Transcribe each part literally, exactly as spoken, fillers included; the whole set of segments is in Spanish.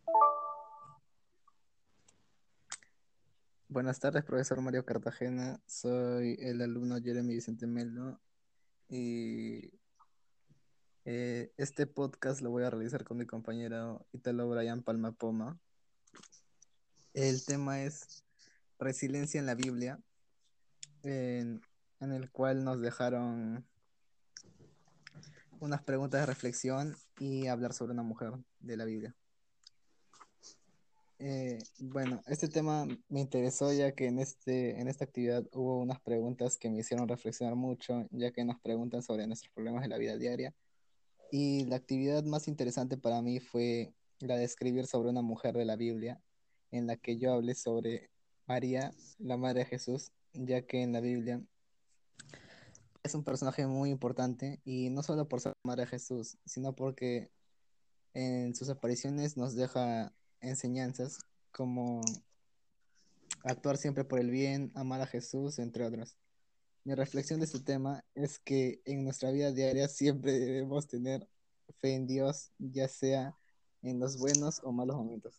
Buenas tardes, profesor Mario Cartagena. Soy el alumno Jeremy Vicente Melo y eh, este podcast lo voy a realizar con mi compañero Italo Brian Palma Poma. El tema es resiliencia en la Biblia, en, en el cual nos dejaron unas preguntas de reflexión y hablar sobre una mujer de la Biblia. Eh, bueno, este tema me interesó ya que en este, en esta actividad hubo unas preguntas que me hicieron reflexionar mucho, ya que nos preguntan sobre nuestros problemas de la vida diaria. Y la actividad más interesante para mí fue la de escribir sobre una mujer de la Biblia, en la que yo hablé sobre María, la madre de Jesús, ya que en la Biblia es un personaje muy importante y no solo por ser madre de Jesús, sino porque en sus apariciones nos deja enseñanzas como actuar siempre por el bien, amar a Jesús, entre otras. Mi reflexión de este tema es que en nuestra vida diaria siempre debemos tener fe en Dios, ya sea en los buenos o malos momentos.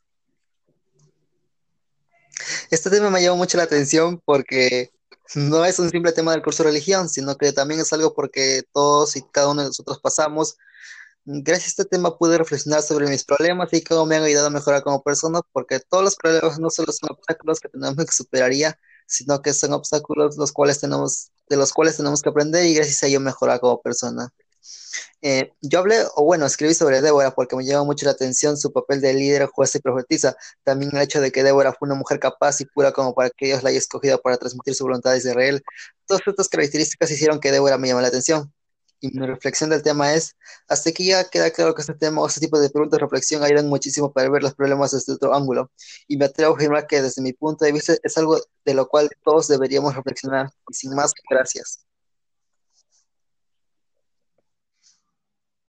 Este tema me llamó mucho la atención porque no es un simple tema del curso de religión, sino que también es algo porque todos y cada uno de nosotros pasamos. Gracias a este tema pude reflexionar sobre mis problemas y cómo me han ayudado a mejorar como persona, porque todos los problemas no solo son obstáculos que tenemos que superar ya, sino que son obstáculos los cuales tenemos, de los cuales tenemos que aprender y gracias a ello mejorar como persona. Eh, yo hablé, o bueno, escribí sobre Débora porque me llama mucho la atención su papel de líder, jueza y profetisa. También el hecho de que Débora fue una mujer capaz y pura como para que Dios la haya escogido para transmitir su voluntad a Israel. Todas estas características hicieron que Débora me llamara la atención. Y mi reflexión del tema es, hasta aquí ya queda claro que este tema o este tipo de preguntas de reflexión ayudan muchísimo para ver los problemas desde otro ángulo. Y me atrevo a afirmar que desde mi punto de vista es algo de lo cual todos deberíamos reflexionar. Y sin más, gracias.